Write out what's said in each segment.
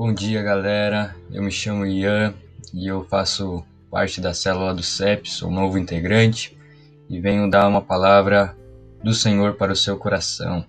Bom dia, galera. Eu me chamo Ian e eu faço parte da célula do CEP, sou novo integrante e venho dar uma palavra do Senhor para o seu coração.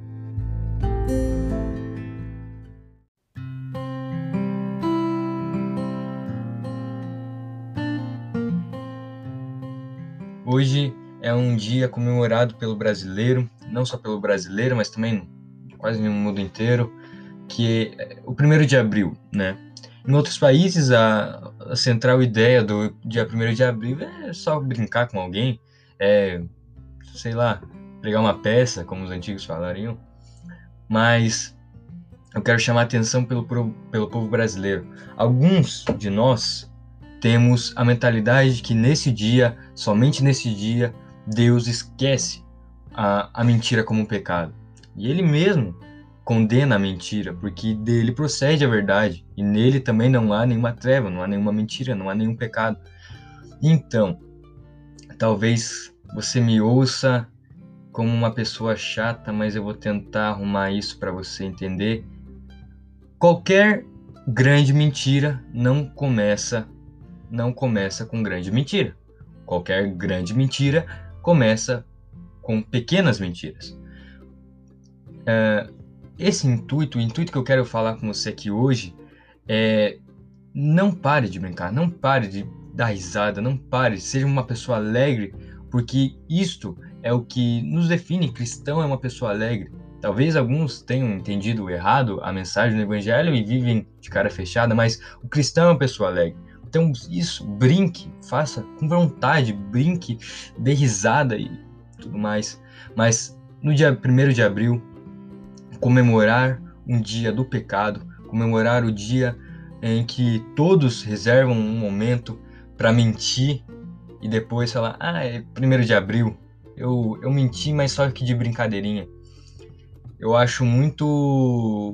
Hoje é um dia comemorado pelo brasileiro, não só pelo brasileiro, mas também quase no mundo inteiro, que é o 1º de abril, né? Em outros países, a central ideia do dia 1º de abril é só brincar com alguém, sei lá, pregar uma peça, como os antigos falariam, mas eu quero chamar a atenção pelo povo brasileiro. Alguns de nós temos a mentalidade de que nesse dia, somente nesse dia, Deus esquece a mentira como um pecado. E Ele mesmo condena a mentira, porque dele procede a verdade, e nele também não há nenhuma treva, não há nenhuma mentira, não há nenhum pecado. Então, talvez você me ouça como uma pessoa chata, mas eu vou tentar arrumar isso para você entender. Qualquer grande mentira não começa com grande mentira. Qualquer grande mentira começa com pequenas mentiras. O intuito que eu quero falar com você aqui hoje é: não pare de brincar, não pare de dar risada, não pare, seja uma pessoa alegre, porque isto é o que nos define. Cristão é uma pessoa alegre. Talvez alguns tenham entendido errado a mensagem do Evangelho e vivem de cara fechada, mas o cristão é uma pessoa alegre. Então, isso, brinque, faça com vontade, brinque, dê risada e tudo mais. Mas no dia 1º de abril, comemorar um dia do pecado, comemorar o dia em que todos reservam um momento para mentir e depois falar: é 1º de abril, eu menti, mas só que de brincadeirinha. Eu acho muito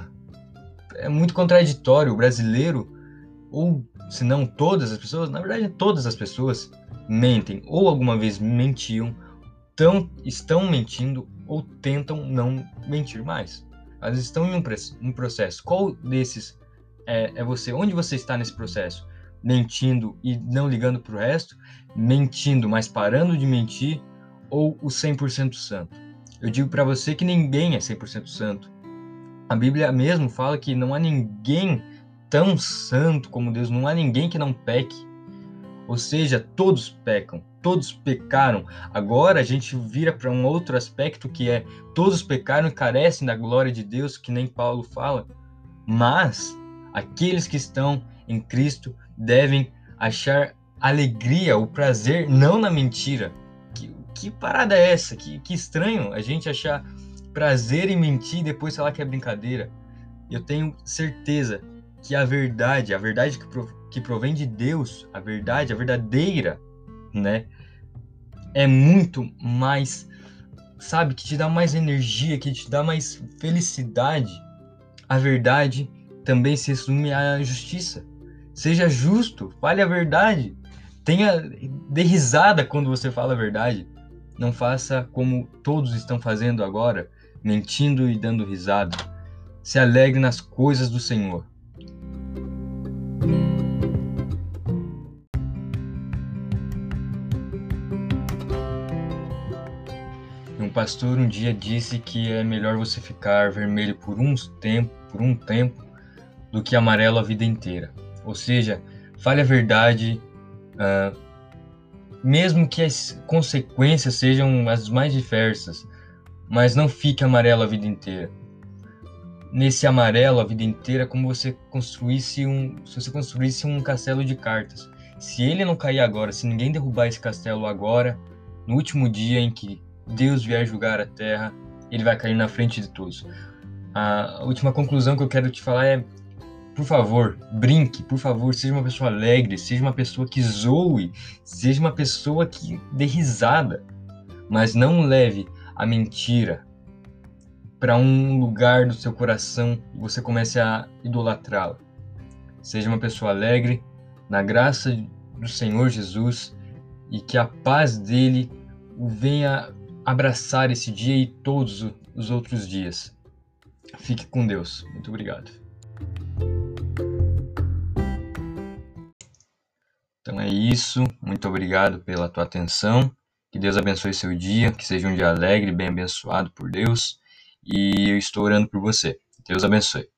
contraditório. O brasileiro, ou se não todas as pessoas, na verdade todas as pessoas mentem, ou alguma vez mentiam, estão mentindo ou tentam não mentir mais. Elas estão em um processo. Qual desses é você? Onde você está nesse processo? Mentindo e não ligando para o resto? Mentindo, mas parando de mentir? Ou o 100% santo? Eu digo para você que ninguém é 100% santo. A Bíblia mesmo fala que não há ninguém tão santo como Deus, não há ninguém que não peque. Ou seja, todos pecam, todos pecaram. Agora a gente vira para um outro aspecto, que é: todos pecaram e carecem da glória de Deus, que nem Paulo fala. Mas aqueles que estão em Cristo devem achar alegria, o prazer, não na mentira. Que parada é essa? Que estranho a gente achar prazer em mentir e depois falar que é brincadeira. Eu tenho certeza que a verdade que provém de Deus, a verdadeira, né, é muito mais, sabe, que te dá mais energia, que te dá mais felicidade. A verdade também se resume à justiça. Seja justo, fale a verdade. Dê risada quando você fala a verdade. Não faça como todos estão fazendo agora, mentindo e dando risada. Se alegre nas coisas do Senhor. Um pastor um dia disse que é melhor você ficar vermelho por um tempo do que amarelo a vida inteira. Ou seja, fale a verdade, mesmo que as consequências sejam as mais diversas, mas não fique amarelo a vida inteira. Nesse amarelo a vida inteira é como se você construísse um castelo de cartas. Se ele não cair agora, se ninguém derrubar esse castelo agora, no último dia em que Deus vier julgar a terra, ele vai cair na frente de todos. A última conclusão que eu quero te falar é: por favor, brinque, por favor, seja uma pessoa alegre, seja uma pessoa que zoe, seja uma pessoa que dê risada, mas não leve a mentira para um lugar do seu coração e você comece a idolatrá-la. Seja uma pessoa alegre, na graça do Senhor Jesus, e que a paz dele o venha abraçar esse dia e todos os outros dias. Fique com Deus. Muito obrigado. Então é isso, muito obrigado pela tua atenção, que Deus abençoe seu dia, que seja um dia alegre, bem abençoado por Deus, e eu estou orando por você. Deus abençoe.